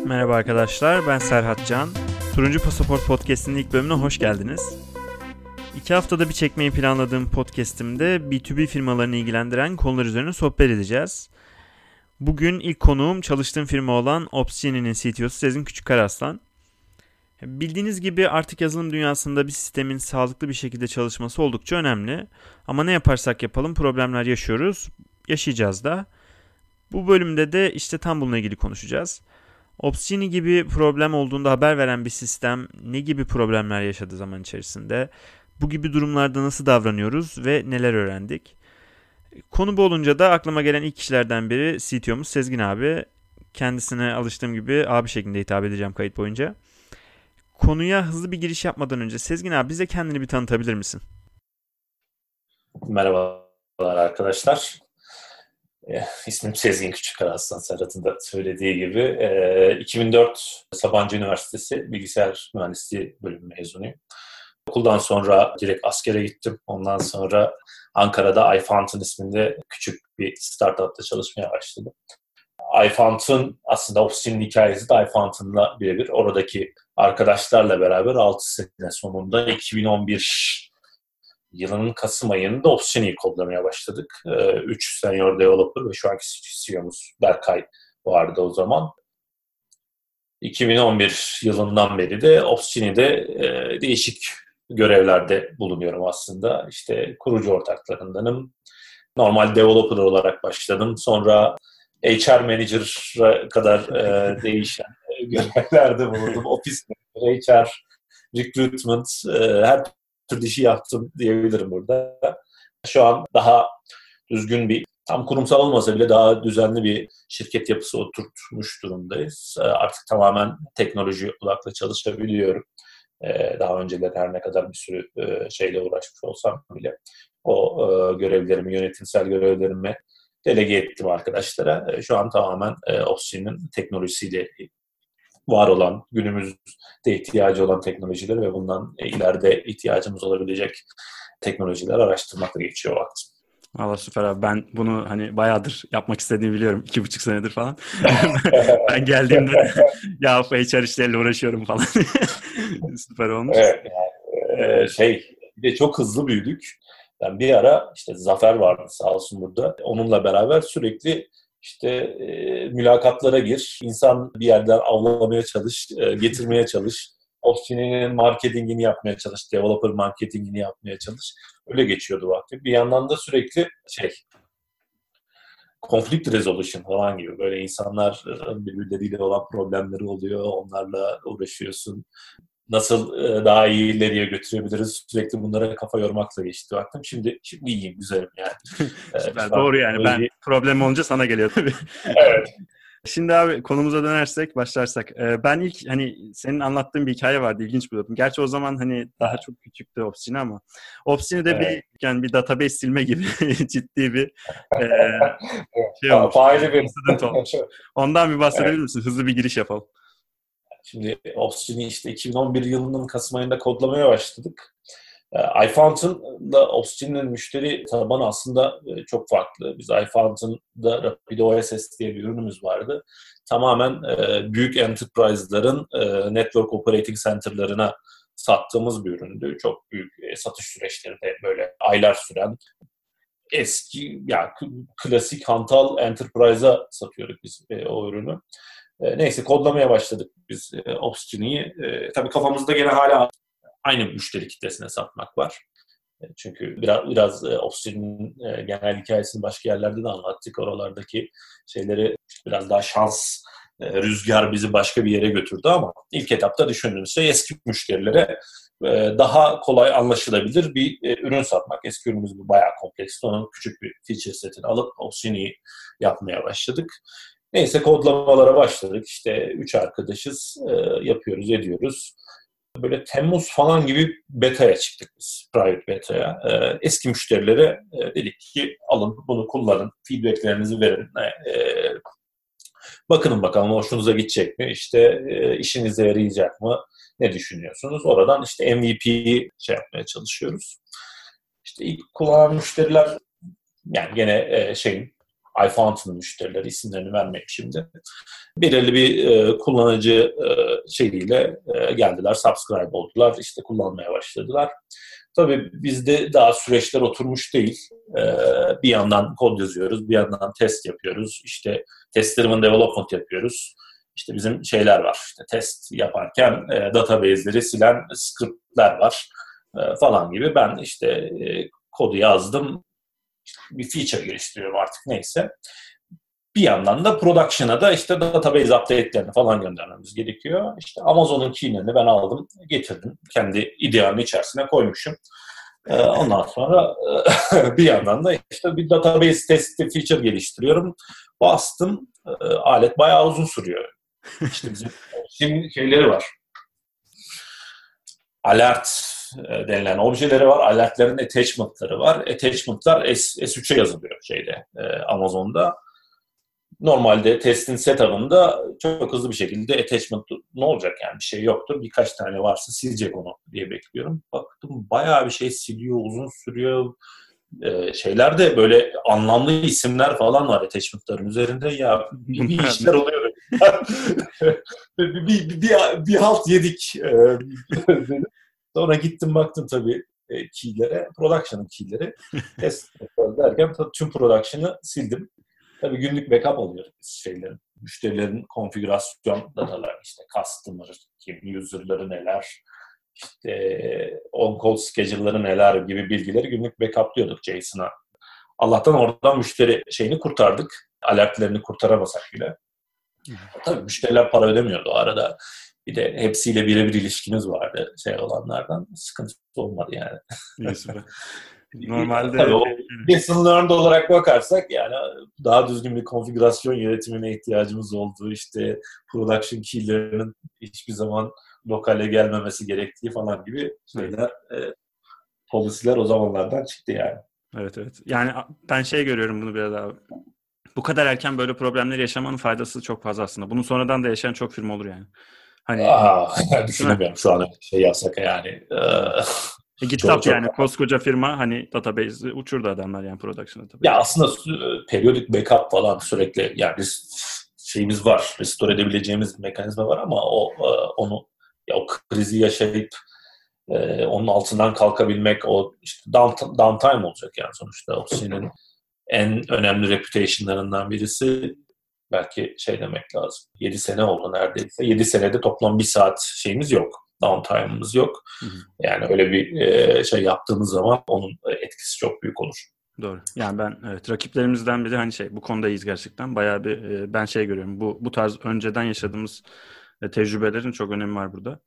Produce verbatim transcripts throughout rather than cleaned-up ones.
Merhaba arkadaşlar, ben Serhat Can. Turuncu Pasaport Podcast'inin ilk bölümüne hoş geldiniz. İki haftada bir çekmeyi planladığım podcast'imde B iki B firmalarını ilgilendiren konular üzerine sohbet edeceğiz. Bugün ilk konuğum çalıştığım firma olan Opsgeni'nin C T O'su Sezgin Küçükkaraslan. Bildiğiniz gibi artık yazılım dünyasında bir sistemin sağlıklı bir şekilde çalışması oldukça önemli. Ama ne yaparsak yapalım problemler yaşıyoruz, yaşayacağız da. Bu bölümde de işte tam bununla ilgili konuşacağız. Opsgeni gibi problem olduğunda haber veren bir sistem ne gibi problemler yaşadı zaman içerisinde? Bu gibi durumlarda nasıl davranıyoruz ve neler öğrendik? Konu bu olunca da aklıma gelen ilk kişilerden biri C T O'muz Sezgin abi. Kendisine alıştığım gibi abi şeklinde hitap edeceğim kayıt boyunca. Konuya hızlı bir giriş yapmadan önce Sezgin abi bize kendini bir tanıtabilir misin? Merhabalar arkadaşlar. E, ismim Sezgin Küçükkaraslan, Serhat'ın da söylediği gibi. E, iki bin dört Sabancı Üniversitesi Bilgisayar Mühendisliği bölümü mezunuyum. Okuldan sonra direkt askere gittim. Ondan sonra Ankara'da iFountain isminde küçük bir startupta çalışmaya başladım. iFountain aslında Opsgeni'nin hikayesi de iFountain'la birebir. Oradaki arkadaşlarla beraber altı sene sonunda iki bin on bir yılının Kasım ayında Opsgeni'yi kodlamaya başladık. Üç senior developer ve şu anki C E O'muz Berkay vardı o zaman. iki bin on bir yılından beri de Opsgeni'de e, değişik görevlerde bulunuyorum aslında. İşte kurucu ortaklarındanım. Normal developer olarak başladım. Sonra H R Manager'a kadar e, değişen görevlerde bulundum. Office Manager, H R, Recruitment, e, her türlü işi yaptım diyebilirim burada. Şu an daha düzgün bir, tam kurumsal olmasa bile daha düzenli bir şirket yapısı oturtmuş durumdayız. Artık tamamen teknoloji odaklı çalışabiliyorum. Daha önceleri her ne kadar bir sürü şeyle uğraşmış olsam bile o görevlerimi, yönetimsel görevlerimi delege ettim arkadaşlara. Şu an tamamen Opsgeni'nin teknolojisiyle var olan, günümüzde ihtiyacı olan teknolojiler ve bundan ileride ihtiyacımız olabilecek teknolojiler araştırmakla geçiyor vaktim. Valla süper abi. Ben bunu hani bayağıdır yapmak istediğimi biliyorum. İki buçuk senedir falan. Ben geldiğimde ya H R işleriyle uğraşıyorum falan. Süper olmuş. Evet, yani, e, şey bir de çok hızlı büyüdük. Ben bir ara işte Zafer vardı sağ olsun burada. Onunla beraber sürekli işte e, mülakatlara gir. İnsan bir yerden avlamaya çalış, e, getirmeye çalış. Opsgeni'nin marketingini yapmaya çalış, developer marketingini yapmaya çalış. Öyle geçiyordu vakti. Bir yandan da sürekli şey, conflict resolution falan gibi böyle insanlar birbirleriyle olan problemleri oluyor. Onlarla uğraşıyorsun. Nasıl daha iyi ileriye götürebiliriz? Sürekli bunlara kafa yormakla geçti vaktim. Şimdi, şimdi iyiyim, güzelim yani. Süper, doğru yani. Ben problem olunca sana geliyor tabii. Evet. Şimdi abi konumuza dönersek, başlarsak. Ben ilk hani senin anlattığın bir hikaye vardı, ilginç buluyordum. Gerçi o zaman hani daha evet. çok küçüktü Opsgeni ama Opsgeni'de evet. bir yani bir database silme gibi ciddi bir e, şey olmuş. Faili bir incident olmuş. Ondan bir bahsedebilir evet. misin? Hızlı bir giriş yapalım. Şimdi Opsgeni işte iki bin on bir yılının Kasım ayında kodlamaya başladık. iFountain'da Opsgeni'nin müşteri tabanı aslında çok farklı. Biz iFountain'da RapidOS diye bir ürünümüz vardı. Tamamen büyük enterprise'ların network operating center'larına sattığımız bir üründü. Çok büyük satış süreçleri de böyle aylar süren eski, yani klasik hantal enterprise'a satıyorduk biz o ürünü. Neyse kodlamaya başladık biz Opsgeni'yi. Tabii kafamızda gene hala aynı müşteri kitlesine satmak var. Çünkü biraz, biraz Opsgeni'nin genel hikayesini başka yerlerde de anlattık. Oralardaki şeyleri biraz daha şans, rüzgar bizi başka bir yere götürdü ama ilk etapta düşündüğümüz şey eski müşterilere daha kolay anlaşılabilir bir ürün satmak. Eski ürünümüz bu bayağı kompleksti. Onun küçük bir feature setini alıp Opsgeni'yi yapmaya başladık. Neyse kodlamalara başladık. İşte üç arkadaşız, yapıyoruz, ediyoruz. Böyle Temmuz falan gibi beta'ya çıktık biz, private beta'ya. Ee, eski müşterilere e, dedik ki alın bunu kullanın, feedbacklerinizi verin. E, bakın bakalım hoşunuza gidecek mi, işte e, işinize yarayacak mı, ne düşünüyorsunuz? Oradan işte M V P'yi şey yapmaya çalışıyoruz. İşte ilk kullanan müşteriler yani gene e, şeyin iFountain müşterileri, isimlerini vermeyeyim şimdi. Belirli bir e, kullanıcı e, şeyiyle e, geldiler, subscribe oldular, işte kullanmaya başladılar. Tabii bizde daha süreçler oturmuş değil. E, bir yandan kod yazıyoruz, bir yandan test yapıyoruz. İşte test-driven development yapıyoruz. İşte bizim şeyler var, işte test yaparken e, database'leri silen scriptler var e, falan gibi. Ben işte e, kodu yazdım, işte bir feature geliştiriyorum artık neyse. Bir yandan da production'a da işte database update'lerini falan göndermemiz gerekiyor. İşte Amazon'un key'lerini ben aldım, getirdim. Kendi idealimin içerisine koymuşum. Ee, ondan sonra bir yandan da işte bir database testi feature geliştiriyorum. Bastım, e, alet bayağı uzun sürüyor. İşte bizim şimdi şeyleri var. Alert e, denilen objeleri var. Alertlerin attachment'ları var. Attachment'lar S, S üç'e yazılıyor şeyde e, Amazon'da. Normalde testin setup'ında çok hızlı bir şekilde attachment ne olacak yani bir şey yoktur. Birkaç tane varsa silecek onu diye bekliyorum. Baktım bayağı bir şey siliyor, uzun sürüyor. Ee, şeyler de böyle anlamlı isimler falan var attachment'ların üzerinde. Ya bir, bir işler oluyor. bir, bir, bir, bir, bir halt yedik. Sonra gittim baktım tabii key'lere, production'ın key'leri. Test derken tüm production'ı sildim. Tabii günlük backup alıyoruz biz şeylerin. Müşterilerin konfigürasyon dataları, işte customer, kim, user'ları neler, işte on-call schedule'ları neler gibi bilgileri günlük backuplıyorduk JSON'a. Allah'tan oradan müşteri şeyini kurtardık. Alertlerini kurtaramasak bile. Tabii müşteriler para ödemiyordu o arada. Bir de hepsiyle birebir ilişkiniz vardı şey olanlardan. Sıkıntı olmadı yani. İyi, süper. Normalde tabii o lesson learned olarak bakarsak yani daha düzgün bir konfigürasyon yönetimine ihtiyacımız olduğu, işte production key'lerinin hiçbir zaman lokale gelmemesi gerektiği falan gibi şeyler, e, policy'ler o zamanlardan çıktı yani. Evet evet. Yani ben şey görüyorum bunu biraz abi. Bu kadar erken böyle problemleri yaşamanın faydası çok fazla aslında. Bunu sonradan da yaşayan çok firma olur yani. Hani Aa, düşünemiyorum şu an şey yapsak yani. E, GitHub çok, çok yani koskoca firma hani database'i uçurdu adamlar yani production'a tabii. Ya aslında periyodik backup falan sürekli yani biz şeyimiz var, restore edebileceğimiz bir mekanizma var ama o onu ya o krizi yaşayıp e, onun altından kalkabilmek o işte down, downtime olacak yani sonuçta. O senin en önemli reputation'larından birisi belki şey demek lazım. yedi sene oldu neredeyse. yedi senede toplam bir saat şeyimiz yok. Downtime'ımız yok. Hı hı. Yani öyle bir e, şey yaptığımız zaman onun etkisi çok büyük olur. Doğru. Yani ben evet rakiplerimizden biri hani şey bu konuda iyiyiz gerçekten. Bayağı bir e, ben şey görüyorum. Bu bu tarz önceden yaşadığımız e, tecrübelerin çok önemi var burada.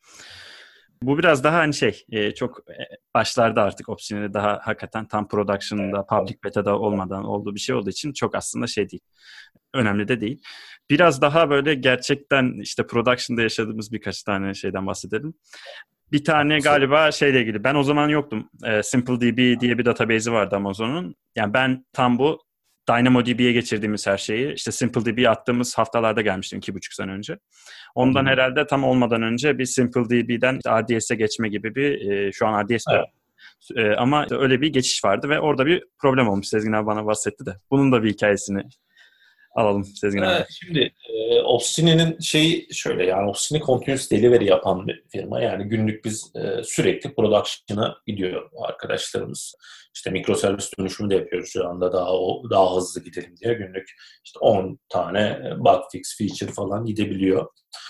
Bu biraz daha hani şey e, çok e, başlarda artık Opsini'de daha hakikaten tam production'da, public beta'da olmadan olduğu bir şey olduğu için çok aslında şey değil. Önemli de değil. Biraz daha böyle gerçekten işte production'da yaşadığımız birkaç tane şeyden bahsedelim. Bir tane galiba şeyle ilgili. Ben o zaman yoktum. E, SimpleDB diye bir database'i vardı Amazon'un. Yani ben tam bu DynamoDB'ye geçirdiğimiz her şeyi işte SimpleDB'ye attığımız haftalarda gelmiştim iki buçuk sene önce. Ondan hmm. herhalde tam olmadan önce bir SimpleDB'den R D S'e geçme gibi bir e, şu an R D S evet. e, ama öyle bir geçiş vardı ve orada bir problem olmuş. Sezgin abi bana bahsetti de. Bunun da bir hikayesini alalım Sezgin abi. Evet, şimdi e, Opsini'nin şeyi şöyle yani Opsini continuous delivery yapan bir firma. Yani günlük biz e, sürekli production'a gidiyor arkadaşlarımız. İşte mikroservis dönüşümü de yapıyoruz şu anda daha o daha hızlı gidelim diye günlük işte on tane bug fix feature falan gidebiliyor.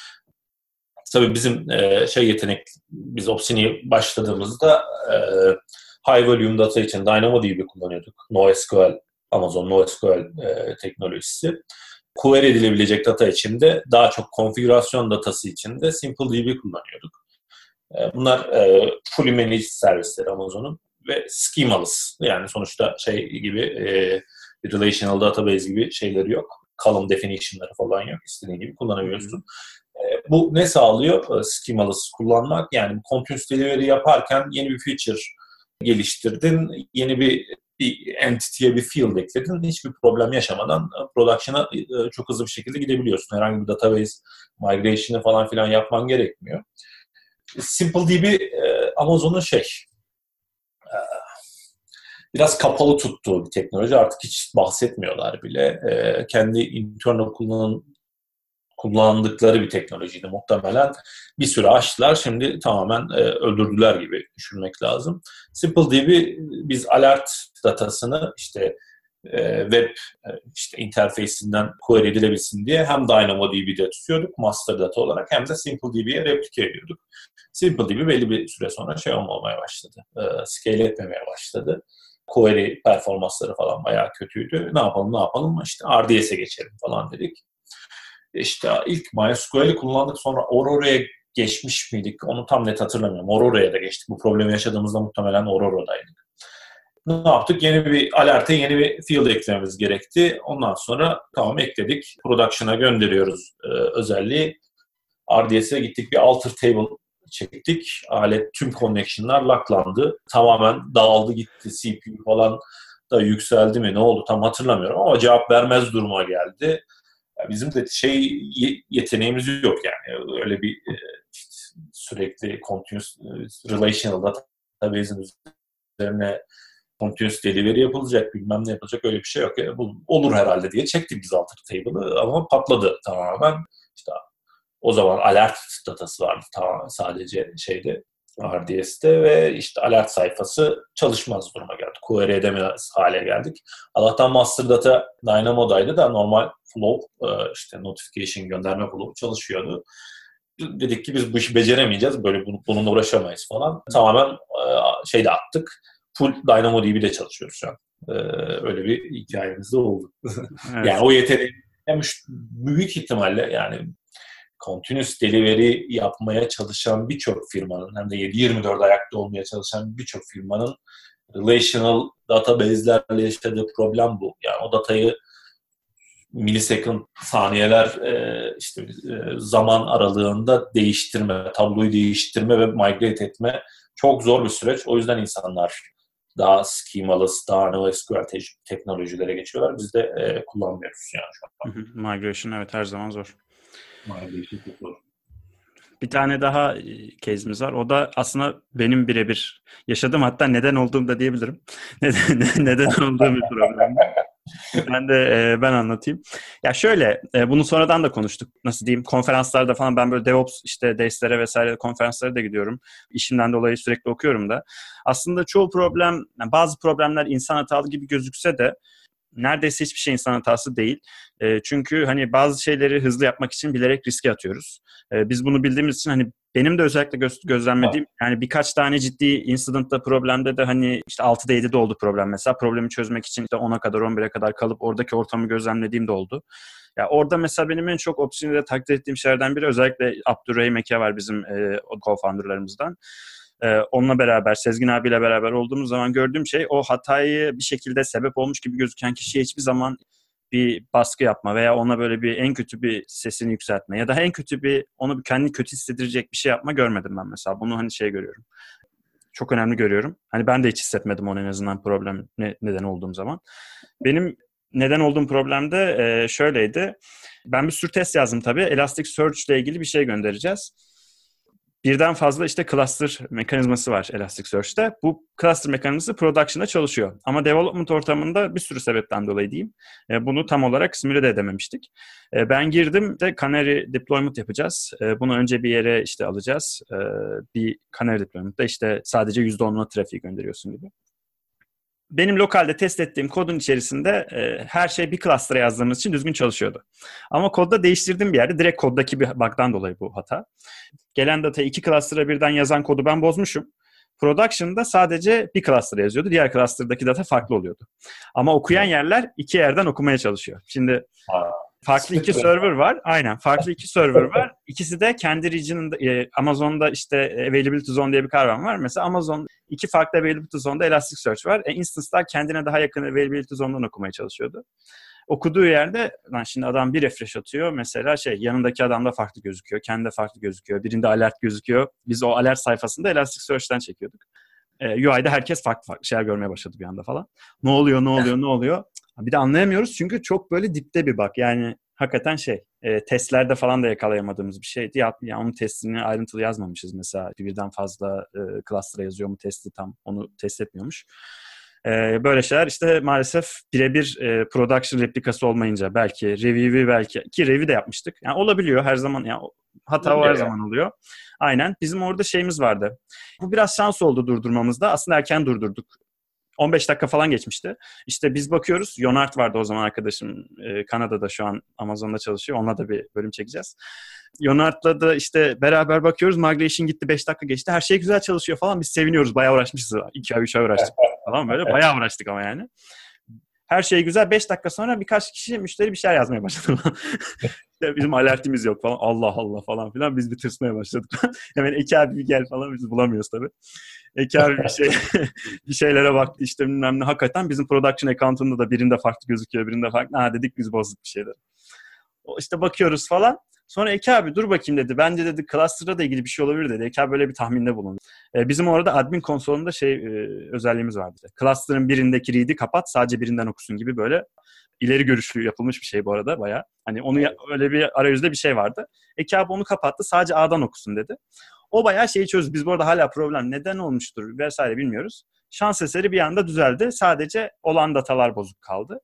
Tabii bizim e, şey yetenek biz Opsini'ye başladığımızda e, high volume data için DynamoDB kullanıyorduk. NoSQL Amazon NoSQL e, teknolojisi. Query edilebilecek data için de daha çok konfigürasyon datası için de SimpleDB kullanıyorduk. E, bunlar e, fully managed servisleri Amazon'un ve schemaless. Yani sonuçta şey gibi e, relational database gibi şeyleri yok. Column definition'ları falan yok. İstediğin gibi kullanabiliyorsun. E, bu ne sağlıyor? E, schemaless kullanmak. Yani continuous delivery yaparken yeni bir feature geliştirdin. Yeni bir bir entity'ye bir field ekledin. Hiçbir problem yaşamadan production'a çok hızlı bir şekilde gidebiliyorsun. Herhangi bir database migration'ı falan filan yapman gerekmiyor. SimpleDB Amazon'un şey biraz kapalı tuttuğu bir teknoloji. Artık hiç bahsetmiyorlar bile. E, kendi internal kullanım kullandıkları bir teknolojiydi muhtemelen. Bir süre açtılar. Şimdi tamamen e, öldürdüler gibi düşünmek lazım. SimpleDB biz alert datasını işte e, web e, işte interface'inden query edilebilsin diye hem DynamoDB'de tutuyorduk master data olarak hem de SimpleDB'ye replike ediyorduk. SimpleDB belli bir süre sonra şey olmamaya başladı. E, scale etmemeye başladı. Query performansları falan bayağı kötüydü. Ne yapalım ne yapalım işte R D S'e geçelim falan dedik. İşte ilk MySQL'i kullandık, sonra Aurora'ya geçmiş miydik? Onu tam net hatırlamıyorum. Aurora'ya da geçtik. Bu problemi yaşadığımızda muhtemelen Aurora'daydık. Ne yaptık? Yeni bir alerte yeni bir field eklememiz gerekti. Ondan sonra tamam ekledik. Production'a gönderiyoruz e, özelliği. R D S'e gittik, bir alter table çektik. Alet tüm connection'lar locklandı. Tamamen dağıldı gitti. C P U falan da yükseldi mi ne oldu tam hatırlamıyorum ama cevap vermez duruma geldi. Bizim de şey yeteneğimiz yok yani. Öyle bir işte sürekli continuous relational database'in üzerine continuous delivery yapılacak, bilmem ne yapılacak, öyle bir şey yok. Yani bu olur herhalde diye çektik biz alter table'ı ama patladı tamamen. İşte o zaman alert datası vardı tamamen sadece şeyde R D S'te ve işte alert sayfası çalışmaz duruma geldi. Query edemez hale geldik. Allah'tan master data Dynamo'daydı da normal flow işte notification gönderme flow çalışıyordu. Dedik ki biz bu işi beceremeyeceğiz. Böyle bununla uğraşamayız falan. Tamamen şeyde attık. Full DynamoDB'de çalışıyoruz şu an. Öyle bir hikayemiz de oldu. Evet. Yani o yeteneği hem büyük ihtimalle yani continuous delivery yapmaya çalışan birçok firmanın hem de yedi yirmi dört ayakta olmaya çalışan birçok firmanın relational database'lerle yaşadığı problem bu. Yani o datayı millisecond saniyeler e, işte e, zaman aralığında değiştirme, tabloyu değiştirme ve migrate etme çok zor bir süreç. O yüzden insanlar daha schemaless, daha NoSQL te- teknolojilere geçiyorlar. Biz de e, kullanmıyoruz yani şu an. Migration evet her zaman zor. Migration çok zor. Bir tane daha case'imiz var. O da aslında benim birebir yaşadığım, hatta neden olduğum da diyebilirim. Neden, neden olduğum bir problem. Ben de e, ben anlatayım. Ya şöyle, e, bunu sonradan da konuştuk. Nasıl diyeyim? Konferanslarda falan ben böyle DevOps işte derslere vesaire konferanslara da gidiyorum. İşimden dolayı sürekli okuyorum da. Aslında çoğu problem, yani bazı problemler insan hatalı gibi gözükse de neredeyse hiçbir şey insan hatası değil. E, çünkü hani bazı şeyleri hızlı yapmak için bilerek riske atıyoruz. E, biz bunu bildiğimiz için hani benim de özellikle göz, gözlemlediğim yani birkaç tane ciddi incidentta problemde de hani işte altıda yedide oldu problem mesela. Problemi çözmek için işte ona kadar on bire kadar kalıp oradaki ortamı gözlemlediğim de oldu. Ya orada mesela benim en çok Opsgenius'de takdir ettiğim şeylerden biri özellikle Abdurrahim Eke var bizim e, co-founder'larımızdan. Ee, onunla beraber, Sezgin abiyle beraber olduğumuz zaman gördüğüm şey o hatayı bir şekilde sebep olmuş gibi gözüken kişiye hiçbir zaman bir baskı yapma veya ona böyle bir en kötü bir sesini yükseltme ya da en kötü bir onu kendini kötü hissettirecek bir şey yapma görmedim ben mesela. Bunu hani şey görüyorum. Çok önemli görüyorum. Hani ben de hiç hissetmedim onu en azından problem ne, neden olduğum zaman. Benim neden olduğum problemde e, şöyleydi. Ben bir sürü test yazdım tabii. Elasticsearch ile ilgili bir şey göndereceğiz. Birden fazla işte cluster mekanizması var Elasticsearch'te. Bu cluster mekanizması production'da çalışıyor. Ama development ortamında bir sürü sebepten dolayı diyeyim. E, bunu tam olarak simüle de edememiştik. E, ben girdim de Canary deployment yapacağız. E, bunu önce bir yere işte alacağız. E, bir Canary deployment'ta işte sadece yüzde onuna trafiği gönderiyorsun gibi. Benim lokalde test ettiğim kodun içerisinde e, her şey bir cluster'a yazdığımız için düzgün çalışıyordu. Ama kodda değiştirdiğim bir yerde direkt koddaki bir bug'dan dolayı bu hata. Gelen datayı iki cluster'a birden yazan kodu ben bozmuşum. Production'da sadece bir cluster'a yazıyordu. Diğer cluster'daki data farklı oluyordu. Ama okuyan yerler iki yerden okumaya çalışıyor. Şimdi farklı iki server var. Aynen. Farklı iki server var. İkisi de kendi region'ında e, Amazon'da işte availability zone diye bir kavram var. Mesela Amazon iki farklı availability zone'da Elasticsearch var. E, instance'lar kendine daha yakın availability zone'dan okumaya çalışıyordu. Okuduğu yerde lan şimdi adam bir refresh atıyor. Mesela şey yanındaki adamda farklı gözüküyor. Kendi de farklı gözüküyor. Birinde alert gözüküyor. Biz o alert sayfasında Elasticsearch'ten çekiyorduk. E, U I'de herkes farklı farklı şeyler görmeye başladı bir anda falan. Ne oluyor, ne oluyor, ne oluyor? Bir de anlayamıyoruz çünkü çok böyle dipte bir bug. Yani hakikaten şey, e, testlerde falan da yakalayamadığımız bir şeydi. Ya, yani onun testini ayrıntılı yazmamışız mesela. Birden fazla e, cluster'a yazıyor mu testi tam onu test etmiyormuş. Ee, böyle şeyler işte maalesef birebir e, production replikası olmayınca belki review'i belki ki review de yapmıştık. Yani olabiliyor her zaman yani hata o her zaman oluyor. Aynen. Bizim orada şeyimiz vardı. Bu biraz şans oldu durdurmamızda. Aslında erken durdurduk. on beş dakika falan geçmişti. İşte biz bakıyoruz. Yonart vardı o zaman arkadaşım. E, Kanada'da şu an Amazon'da çalışıyor. Onunla da bir bölüm çekeceğiz. Yonart'la da işte beraber bakıyoruz. Migration gitti beş dakika geçti. Her şey güzel çalışıyor falan. Biz seviniyoruz. Bayağı uğraşmışız. iki ay üç ay uğraştık falan böyle. Bayağı uğraştık ama yani. Her şey güzel. beş dakika sonra birkaç kişi müşteri bir şeyler yazmaya başladı. İşte bizim alertimiz yok falan. Allah Allah falan filan. Biz bir tırsmaya başladık. Hemen Eki abi bir gel falan. Biz bulamıyoruz tabii. Eki abi bir, şey, bir şeylere baktı işte bilmem ne. Hakikaten bizim production account'unda da birinde farklı gözüküyor. Birinde farklı. Ha dedik biz bozduk bir şeyleri. İşte bakıyoruz falan. Sonra Eki abi dur bakayım dedi. Bence dedi cluster'la da ilgili bir şey olabilir dedi. Eki abi böyle bir tahminde bulundu. Ee, bizim orada admin konsolunda şey e, özelliğimiz vardı. Cluster'ın birindeki read'i kapat sadece birinden okusun gibi böyle ileri görüşlü yapılmış bir şey bu arada bayağı. Hani onu evet. Öyle bir arayüzde bir şey vardı. Eki abi onu kapattı sadece A'dan okusun dedi. O bayağı şeyi çözdü. Biz bu arada hala problem neden olmuştur vesaire bilmiyoruz. Şans eseri bir anda düzeldi. Sadece olan datalar bozuk kaldı.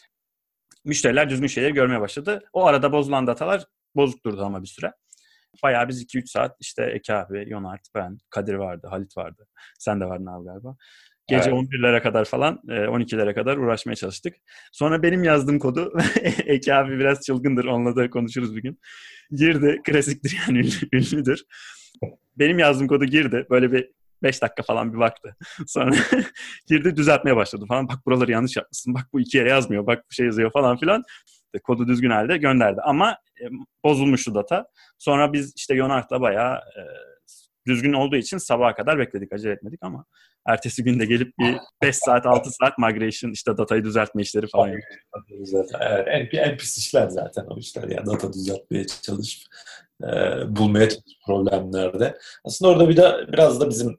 Müşteriler düzgün şeyleri görmeye başladı. O arada bozulan datalar bozuk durdu ama bir süre. Bayağı biz iki üç saat işte Eki abi, Yonart, ben, Kadir vardı, Halit vardı. Sen de vardın abi galiba. Gece evet. on birlere kadar falan, on ikilere kadar uğraşmaya çalıştık. Sonra benim yazdığım kodu, Eki abi biraz çılgındır, onunla da konuşuruz bir gün. Girdi, klasiktir yani ünlüdür. Benim yazdığım kodu girdi, böyle bir beş dakika falan bir baktı. Sonra girdi düzeltmeye başladı falan. Bak buraları yanlış yapmışsın, bak bu iki yere yazmıyor, bak bu şey yazıyor falan filan. Kodu düzgün halde gönderdi. Ama e, bozulmuştu data. Sonra biz işte Yonart'la bayağı e, düzgün olduğu için sabaha kadar bekledik. Acele etmedik ama ertesi günde gelip bir beş saat altı saat migration işte datayı düzeltme işleri falan yaptık. Evet, en, en pis işler zaten o işler. Yani data düzeltmeye çalışıp e, bulmaya çalışıp problemlerde. Aslında orada bir de biraz da bizim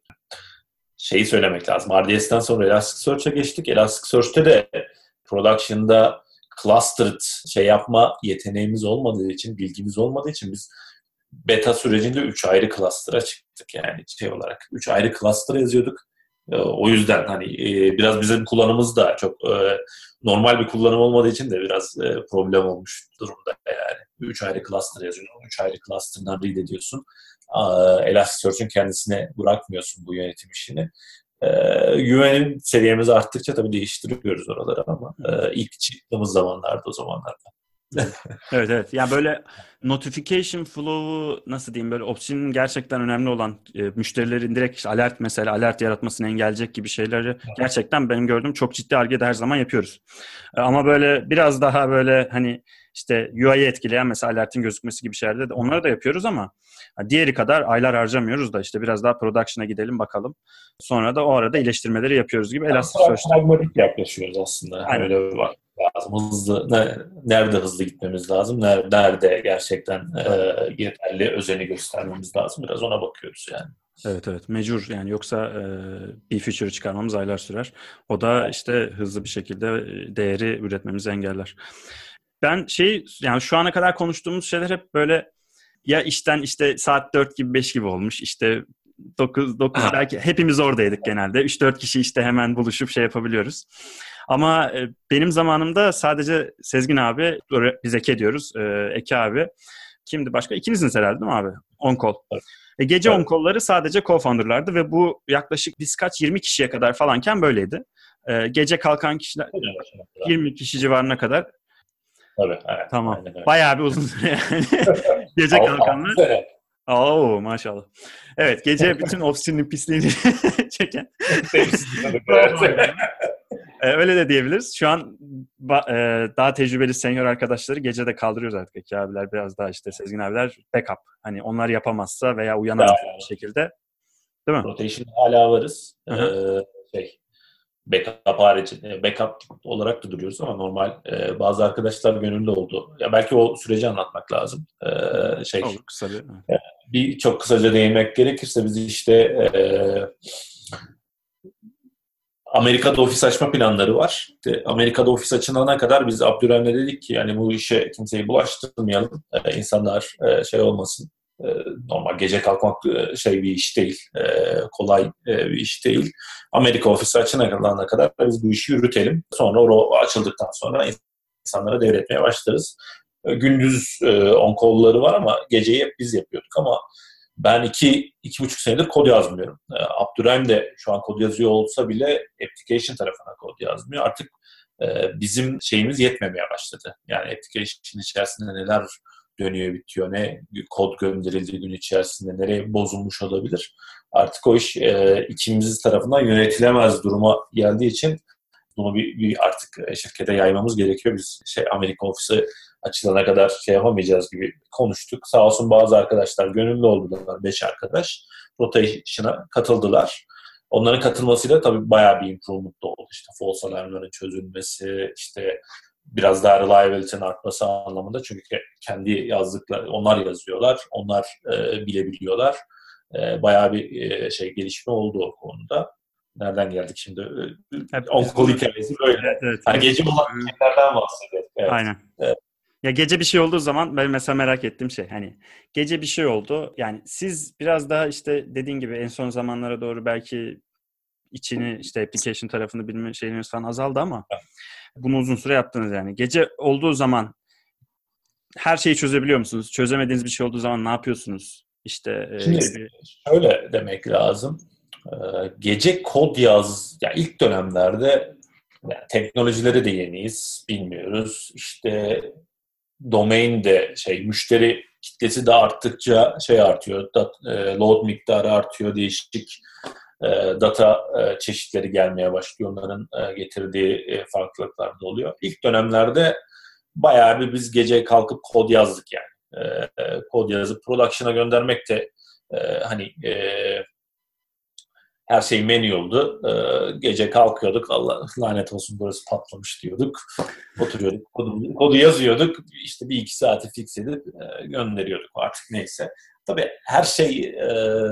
şeyi söylemek lazım. R D S'ten sonra Elasticsearch'a geçtik. Elasticsearch'te de production'da clustered şey yapma yeteneğimiz olmadığı için, bilgimiz olmadığı için biz beta sürecinde üç ayrı cluster'a çıktık yani şey olarak. üç ayrı cluster yazıyorduk. O yüzden hani biraz bizim kullanımımız da çok normal bir kullanım olmadığı için de biraz problem olmuş durumda yani. üç ayrı cluster yazıyorsun. üç ayrı cluster'dan read ediyorsun. Elasticsearch'ün kendisine bırakmıyorsun bu yönetim işini. Güvenim seviyemiz arttıkça tabii değiştiriyoruz oraları ama ilk çıktığımız zamanlarda o zamanlarda. Evet evet. Yani böyle notification flow'u nasıl diyeyim böyle opsiyonun gerçekten önemli olan e, müşterilerin direkt işte alert mesela alert yaratmasını engelleyecek gibi şeyleri gerçekten benim gördüğüm çok ciddi Ar-Ge'de her zaman yapıyoruz. E, ama böyle biraz daha böyle hani işte U I'yi etkileyen mesela alertin gözükmesi gibi şeylerde de onları da yapıyoruz ama diğeri kadar aylar harcamıyoruz da işte biraz daha production'a gidelim bakalım. Sonra da o arada iyileştirmeleri yapıyoruz gibi. Elasticsearch'te pragmatik yaklaşıyoruz aslında. Aynen. Öyle var. Lazım. Hızlı, nerede hızlı gitmemiz lazım, nerede gerçekten e, yeterli özeni göstermemiz lazım. Biraz ona bakıyoruz yani. Evet evet mecbur yani yoksa e, bir feature'ı çıkarmamız aylar sürer. O da işte hızlı bir şekilde değeri üretmemizi engeller. Ben şey yani şu ana kadar konuştuğumuz şeyler hep böyle ya işten işte saat dört gibi beş gibi olmuş işte dokuz dokuz belki hepimiz oradaydık genelde. üç dört kişi işte hemen buluşup şey yapabiliyoruz. Ama e, benim zamanımda sadece Sezgin abi, biz Eke diyoruz, e, Eke abi. Kimdi başka? İkiniziniz herhalde değil mi abi? On call. Evet. E, gece evet. On call'ları sadece co-founder'lardı ve bu yaklaşık biz kaç yirmi kişiye kadar falanken böyleydi. E, gece kalkan kişiler yirmi kişi civarına kadar. Tabii, evet. Tamam. Bayağı bir uzun süre yani. Gece kalkanlar. Oo maşallah. Evet gece bütün ofisinin pisliğini çeken. Öyle de diyebiliriz. Şu an daha tecrübeli senior arkadaşları gece de kaldırıyoruz artık. Eki abiler biraz daha işte Sezgin abiler backup. Hani onlar yapamazsa veya uyanamaz bir şekilde. Değil mi? Rotation hala varız. Ee, şey, backup harici, backup olarak da duruyoruz ama normal e, bazı arkadaşlar gönüllü oldu. Ya belki o süreci anlatmak lazım. Ee, şey. Olur kısa bir. Bir çok kısaca değinmek gerekirse biz işte e, Amerika'da ofis açma planları var. İşte Amerika'da ofis açılana kadar biz Abdurrahim'le dedik ki yani bu işe kimseyi bulaştırmayalım. Ee, insanlar e, şey olmasın. Normal gece kalkmak şey bir iş değil. Kolay bir iş değil. Amerika ofisi açılana kadar biz bu işi yürütelim. Sonra o açıldıktan sonra insanlara devretmeye başlarız. Gündüz on-call'ları var ama geceyi hep biz yapıyorduk ama ben iki, iki buçuk senedir kod yazmıyorum. Abdurrahim de şu an kod yazıyor olsa bile application tarafına kod yazmıyor. Artık bizim şeyimiz yetmemeye başladı. Yani application içerisinde neler dönüyor bitiyor, ne kod gönderildiği gün içerisinde nereye bozulmuş olabilir. Artık o iş e, ikimiz tarafından yönetilemez duruma geldiği için bunu bir, bir artık şirkete yaymamız gerekiyor. Biz şey Amerika ofisi açılana kadar şey yapamayacağız gibi konuştuk. Sağ olsun bazı arkadaşlar gönüllü oldular. Beş arkadaş rotation'a katıldılar. Onların katılmasıyla tabii bayağı bir improvement da oldu. İşte false alarmların çözülmesi, işte biraz daha reliability'nin artması anlamında. Çünkü kendi yazdıkları, onlar yazıyorlar, onlar e, bilebiliyorlar. E, bayağı bir e, şey gelişme oldu o konuda. Nereden geldik şimdi? On-call hikayesi böyle. Evet, evet. Yani gece olan şeylerden bahsedelim. Evet. Aynen. Evet. Ya gece bir şey olduğu zaman ben mesela merak ettiğim şey hani gece bir şey oldu. Yani siz biraz daha işte dediğin gibi en son zamanlara doğru belki içini işte application tarafını bilme şeyiniz falan azaldı ama bunu uzun süre yaptınız yani. Gece olduğu zaman her şeyi çözebiliyor musunuz? Çözemediğiniz bir şey olduğu zaman ne yapıyorsunuz? İşte Şimdi gibi. şöyle demek lazım. Gece kod yaz, yani ilk dönemlerde yani teknolojileri de yeniyiz, bilmiyoruz. İşte domain de şey, müşteri kitlesi de arttıkça şey artıyor, load miktarı artıyor, değişik data çeşitleri gelmeye başlıyor. Onların getirdiği farklılıklar da oluyor. İlk dönemlerde bayağı bir biz gece kalkıp kod yazdık yani. Kod yazıp production'a göndermek de hani her şey manual'du. Ee, gece kalkıyorduk. Allah lanet olsun burası patlamış diyorduk. Oturuyorduk. Kodu, kodu yazıyorduk. İşte bir iki saati fix edip e, gönderiyorduk artık neyse. Tabii her şey e,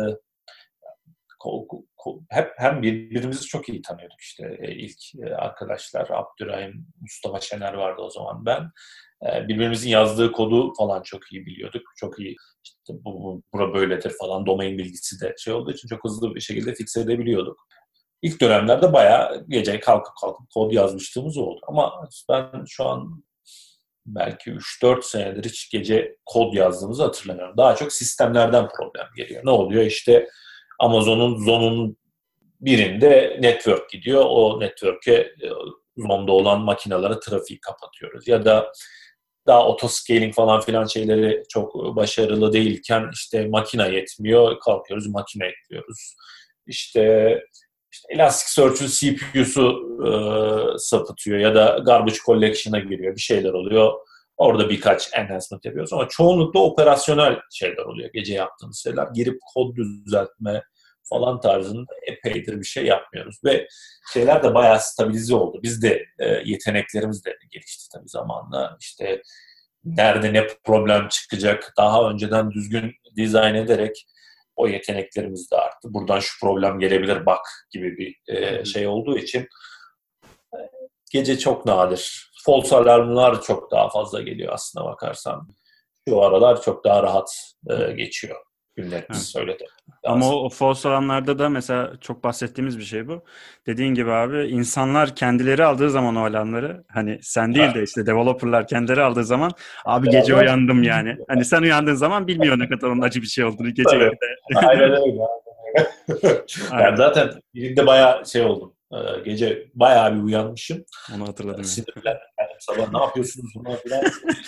ko, ko, hep hem birbirimizi çok iyi tanıyorduk işte e, ilk e, arkadaşlar. Abdurrahim, Mustafa Şener vardı o zaman ben. E, birbirimizin yazdığı kodu falan çok iyi biliyorduk. Çok iyi işte bu, bu bura böyledir falan domain bilgisi de şey olduğu için çok hızlı bir şekilde fix edebiliyorduk. İlk dönemlerde bayağı gece kalkıp kalkıp kod yazmışlığımız oldu. Ama ben şu an belki üç dört senedir hiç gece kod yazdığımızı hatırlamıyorum. Daha çok sistemlerden problem geliyor. Ne oluyor? İşte Amazon'un zonun birinde network gidiyor. O network'e zonda olan makinalara trafiği kapatıyoruz. Ya da daha autoscaling falan filan şeyleri çok başarılı değilken işte makine yetmiyor. Kalkıyoruz makine ekliyoruz. İşte, işte Elasticsearch'un C P U'su e, sapıtıyor ya da garbage collection'a giriyor. Bir şeyler oluyor. Orada birkaç enhancement yapıyoruz ama çoğunlukla operasyonel şeyler oluyor. Gece yaptığımız şeyler. Girip kod düzeltme falan tarzında epeydir bir şey yapmıyoruz. Ve şeyler de bayağı stabilize oldu. Biz de e, yeteneklerimiz de gelişti tabii zamanla. İşte nerede ne problem çıkacak daha önceden düzgün dizayn ederek o yeteneklerimiz de arttı. Buradan şu problem gelebilir bak gibi bir e, şey olduğu için e, gece çok nadir. False alarmlar çok daha fazla geliyor aslına bakarsan. Şu aralar çok daha rahat e, geçiyor günlerimiz öyle de. Ama o, o false alarmlarda da mesela çok bahsettiğimiz bir şey bu. Dediğin gibi abi insanlar kendileri aldığı zaman o alarmları hani sen değil de işte developerlar kendileri aldığı zaman abi gece uyandım yani. Hani sen uyandığın zaman bilmiyor ne kadar onun acı bir şey olduğunu gece evet. Aynen öyle. Yani zaten birinde bayağı şey oldum. Gece bayağı bir uyanmışım. Onu hatırladım. Sinirlendim. Yani sabah ne yapıyorsunuz bunlar falan.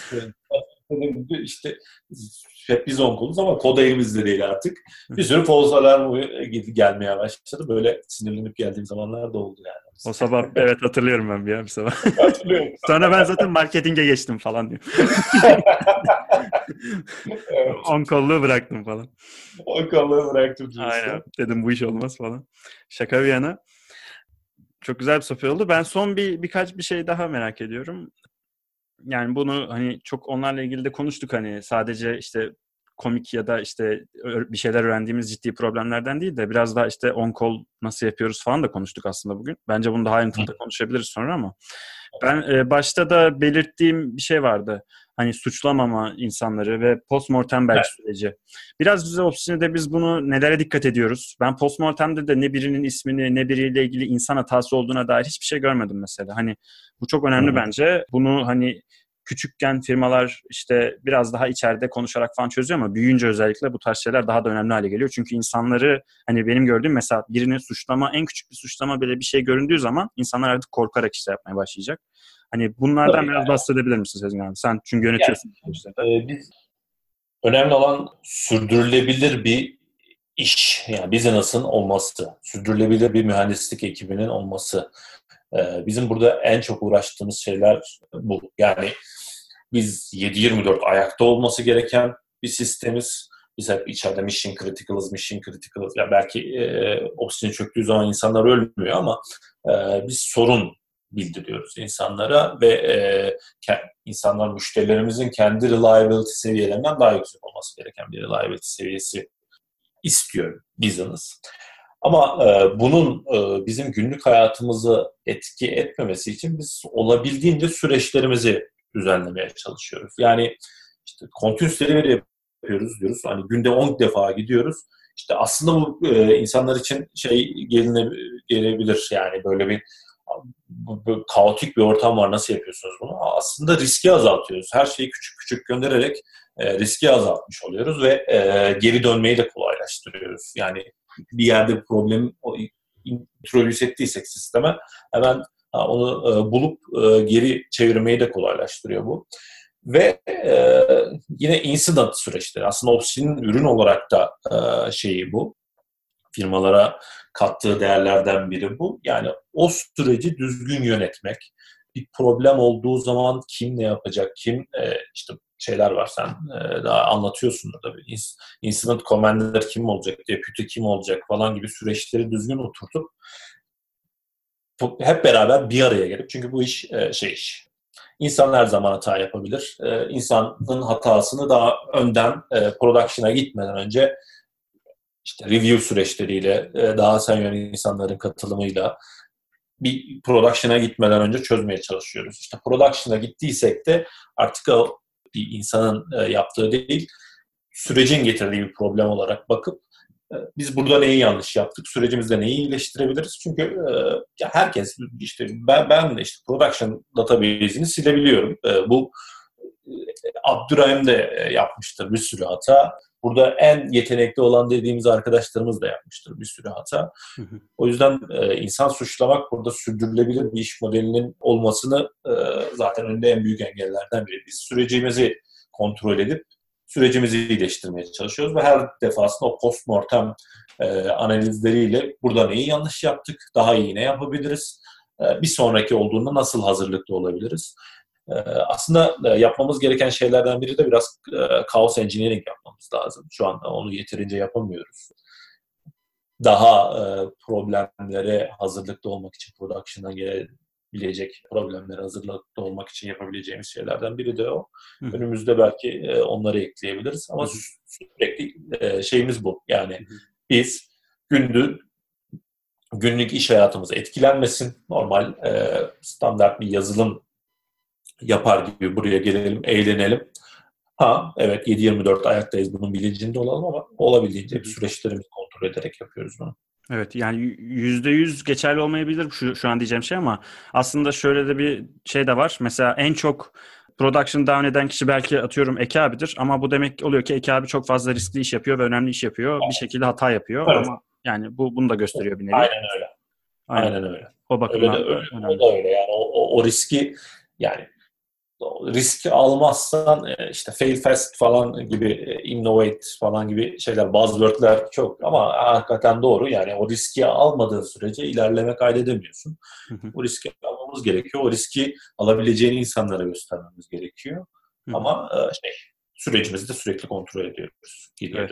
İşte hep biz on koluz ama kod elimizde değil artık. Bir sürü false alarm gelmeye başladı. Böyle sinirlenip geldiğim zamanlar da oldu yani. O sabah evet hatırlıyorum ben bir, bir sabah. Hatırlıyorum. Sonra ben zaten marketinge geçtim falan diyor. Evet. On kolluğu bıraktım falan. On kolluğu bıraktım. Aynen. Dedim bu iş olmaz falan. Şaka bir yana. Çok güzel bir sohbet oldu. Ben son bir birkaç bir şey daha merak ediyorum. Yani bunu hani çok onlarla ilgili de konuştuk hani sadece işte komik ya da işte bir şeyler öğrendiğimiz ciddi problemlerden değil de biraz daha işte on call nasıl yapıyoruz falan da konuştuk aslında bugün. Bence bunu daha ayrıntılı konuşabiliriz sonra ama ben e, başta da belirttiğim bir şey vardı. Hani suçlamama insanları ve postmortem belki Evet. süreci. Biraz bize ofisinde biz bunu nelere dikkat ediyoruz? Ben postmortemde de ne birinin ismini ne biriyle ilgili insan hatası olduğuna dair hiçbir şey görmedim mesela. Hani bu çok önemli Hı hı. bence. Bunu hani küçükken firmalar işte biraz daha içeride konuşarak falan çözüyor ama büyüyünce özellikle bu tarz şeyler daha da önemli hale geliyor. Çünkü insanları hani benim gördüğüm mesela birini suçlama, en küçük bir suçlama bile bir şey göründüğü zaman insanlar artık korkarak işte yapmaya başlayacak. Hani bunlardan Tabii biraz yani. bahsedebilir misin Sezgin abi? Sen çünkü Yani yönetiyorsun bu işleri. e, biz önemli olan sürdürülebilir bir iş, yani business'ın olması, sürdürülebilir bir mühendislik ekibinin olması. Ee, bizim burada en çok uğraştığımız şeyler bu. Yani biz yedi yirmi dört ayakta olması gereken bir sistemiz. Biz hep içeride mission critical'ız, mission critical'ız. Ya belki e, oksijen çöktüğü zaman insanlar ölmüyor ama e, biz sorun bildiriyoruz insanlara ve e, ke- insanlar, müşterilerimizin kendi reliability seviyelerinden daha yüksek olması gereken bir reliability seviyesi istiyor business. Ama e, bunun e, bizim günlük hayatımızı etki etmemesi için biz olabildiğince süreçlerimizi düzenlemeye çalışıyoruz. Yani işte continuous delivery yapıyoruz diyoruz. Hani günde on defa gidiyoruz. İşte aslında bu e, insanlar için şey geline, gelebilir, yani böyle bir bu, bu kaotik bir ortam var. Nasıl yapıyorsunuz bunu? Aslında riski azaltıyoruz. Her şeyi küçük küçük göndererek e, riski azaltmış oluyoruz ve e, geri dönmeyi de kolaylaştırıyoruz. Yani bir yerde bir problem introdüse ettiysek sisteme hemen ha, onu e, bulup e, geri çevirmeyi de kolaylaştırıyor bu. Ve e, yine incident süreçleri. Aslında Opsinin ürün olarak da e, şeyi bu. Firmalara kattığı değerlerden biri bu. Yani o süreci düzgün yönetmek. Bir problem olduğu zaman kim ne yapacak, kim e, işte şeyler var, sen e, daha anlatıyorsun da tabii. Incident Commander kim olacak, Deputy kim olacak falan gibi süreçleri düzgün oturtup hep beraber bir araya gelip, çünkü bu iş e, şey iş. İnsan her zaman hata yapabilir. E, insanın hatasını daha önden e, production'a gitmeden önce işte review süreçleriyle, e, daha senior insanların katılımıyla bir production'a gitmeden önce çözmeye çalışıyoruz. İşte production'a gittiysek de artık o bir insanın e, yaptığı değil, sürecin getirdiği bir problem olarak bakıp e, biz burada neyi yanlış yaptık, sürecimizde neyi iyileştirebiliriz? Çünkü e, ya herkes işte ben, ben de işte production database'ini silebiliyorum. E, bu e, Abdurrahim de e, yapmıştır bir sürü hata. Burada en yetenekli olan dediğimiz arkadaşlarımız da yapmıştır bir sürü hata. Hı hı. O yüzden e, insan suçlamak burada sürdürülebilir bir iş modelinin olmasını e, zaten önünde en büyük engellerden biri. Biz sürecimizi kontrol edip sürecimizi iyileştirmeye çalışıyoruz ve her defasında o postmortem e, analizleriyle burada neyi yanlış yaptık, daha iyi ne yapabiliriz, e, bir sonraki olduğunda nasıl hazırlıklı olabiliriz. E, aslında e, yapmamız gereken şeylerden biri de biraz e, chaos engineering yapmamız lazım. Şu an onu yeterince yapamıyoruz. Daha e, problemlere hazırlıklı olmak için, production'a gelebilecek problemlere hazırlıklı olmak için yapabileceğimiz şeylerden biri de o. Hı hı. Önümüzde belki e, onları ekleyebiliriz ama Hı hı. sürekli e, şeyimiz bu. Yani Hı hı. biz gündüz günlük iş hayatımız etkilenmesin. Normal e, standart bir yazılım yapar gibi buraya gelelim, eğlenelim. Ha evet, yedi yirmi dört ayaktayız, bunun bilincinde olalım ama olabildiğince Hı hep hı. süreçlerimizi kontrol ederek yapıyoruz bunu. Evet, yani yüzde yüz geçerli olmayabilir şu, şu an diyeceğim şey ama aslında şöyle de bir şey de var. Mesela en çok production down eden kişi belki atıyorum Eki abidir ama bu demek oluyor ki Eki abi çok fazla riskli iş yapıyor ve önemli iş yapıyor. Bir şekilde hata yapıyor Evet. ama yani bu bunu da gösteriyor bir nevi. Aynen öyle. Aynen. Aynen öyle. O Öyle de bakımdan öyle. da O önemli. da öyle. Yani o, o, o riski, yani o riski almazsan e, işte fail fast falan gibi, e, innovate falan gibi şeyler, buzzword'ler çok ama hakikaten doğru. Yani o riski almadığın sürece ilerleme kaydedemiyorsun. Hı hı. O riski almamız gerekiyor. O riski alabileceğini insanlara göstermemiz gerekiyor. Hı hı. Ama e, şey, sürecimizi de sürekli kontrol ediyoruz. Geriye Evet. dönüp.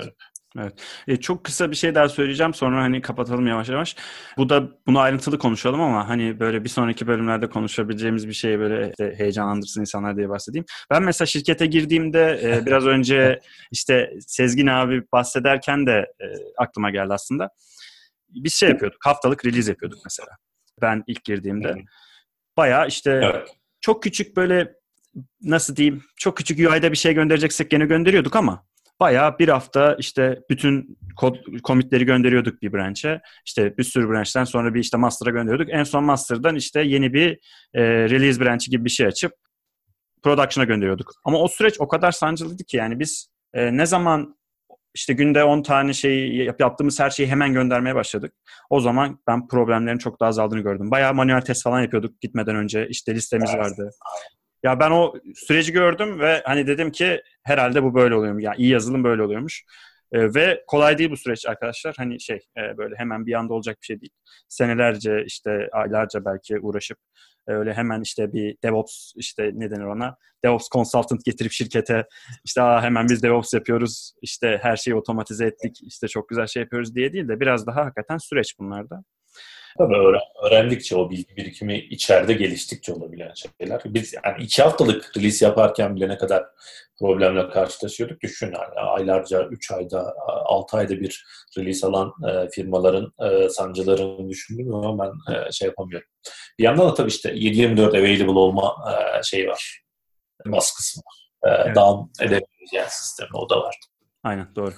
Evet. E, çok kısa bir şey daha söyleyeceğim. Sonra hani kapatalım yavaş yavaş. Bu da bunu ayrıntılı konuşalım ama hani böyle bir sonraki bölümlerde konuşabileceğimiz bir şey böyle işte heyecanlandırsın insanlar diye bahsedeyim. Ben mesela şirkete girdiğimde e, biraz önce işte Sezgin abi bahsederken de e, aklıma geldi aslında. Biz şey yapıyorduk. Haftalık release yapıyorduk mesela. Ben ilk girdiğimde. Bayağı işte Evet. çok küçük böyle nasıl diyeyim çok küçük U I'da bir şey göndereceksek gene gönderiyorduk ama bayağı bir hafta işte bütün kod commitleri gönderiyorduk bir branch'e. İşte bir sürü branch'ten sonra bir işte master'a gönderiyorduk. En son master'dan işte yeni bir e, release branch'i gibi bir şey açıp production'a gönderiyorduk. Ama o süreç o kadar sancılıydı ki yani biz e, ne zaman işte günde on tane şey yap, yaptığımız her şeyi hemen göndermeye başladık. O zaman ben problemlerin çok daha azaldığını gördüm. Bayağı manuel test falan yapıyorduk gitmeden önce. İşte listemiz vardı. Ya ben o süreci gördüm ve hani dedim ki herhalde bu böyle oluyormuş. Yani iyi yazılım böyle oluyormuş. Ee, ve kolay değil bu süreç arkadaşlar. Hani şey e, böyle hemen bir anda olacak bir şey değil. Senelerce işte aylarca belki uğraşıp e, öyle hemen işte bir DevOps işte ne denir ona? DevOps consultant getirip şirkete işte Aa, hemen biz DevOps yapıyoruz. İşte her şeyi otomatize ettik. İşte çok güzel şey yapıyoruz diye değil de biraz daha hakikaten süreç bunlarda. Tabii öğren- öğrendikçe o bilgi birikimi içeride geliştikçe olabilen şeyler. Biz yani iki haftalık release yaparken bile ne kadar problemle karşılaşıyorduk. Düşün yani aylarca, üç ayda, altı ayda bir release alan e, firmaların e, sancılarını düşündüm ama ben e, şey yapamıyorum. Bir yandan da tabii işte yedi yirmi dört available olma e, şeyi var. Baskısı var. E, Evet. down edemeyeceğin sistemi o da var. Aynen doğru.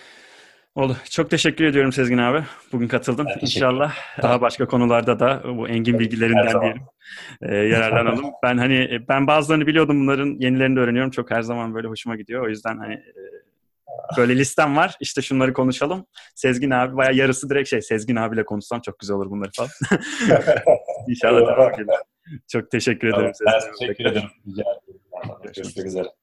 Oldu. Çok teşekkür ediyorum Sezgin abi. Bugün katıldın. Ben teşekkür İnşallah daha başka konularda da bu engin ederim. Her bilgilerinden zaman. diyelim e, yararlanalım. Ben hani ben bazılarını biliyordum, bunların yenilerini de öğreniyorum. Çok her zaman böyle hoşuma gidiyor. O yüzden hani e, böyle listem var. İşte şunları konuşalım. Sezgin abi bayağı yarısı direkt şey Sezgin abiyle konuşsam çok güzel olur bunları falan. İnşallah devam edelim. Çok teşekkür ederim Ben Sezgin abi. teşekkür ederim. Rica ederim. Görüşmek üzere.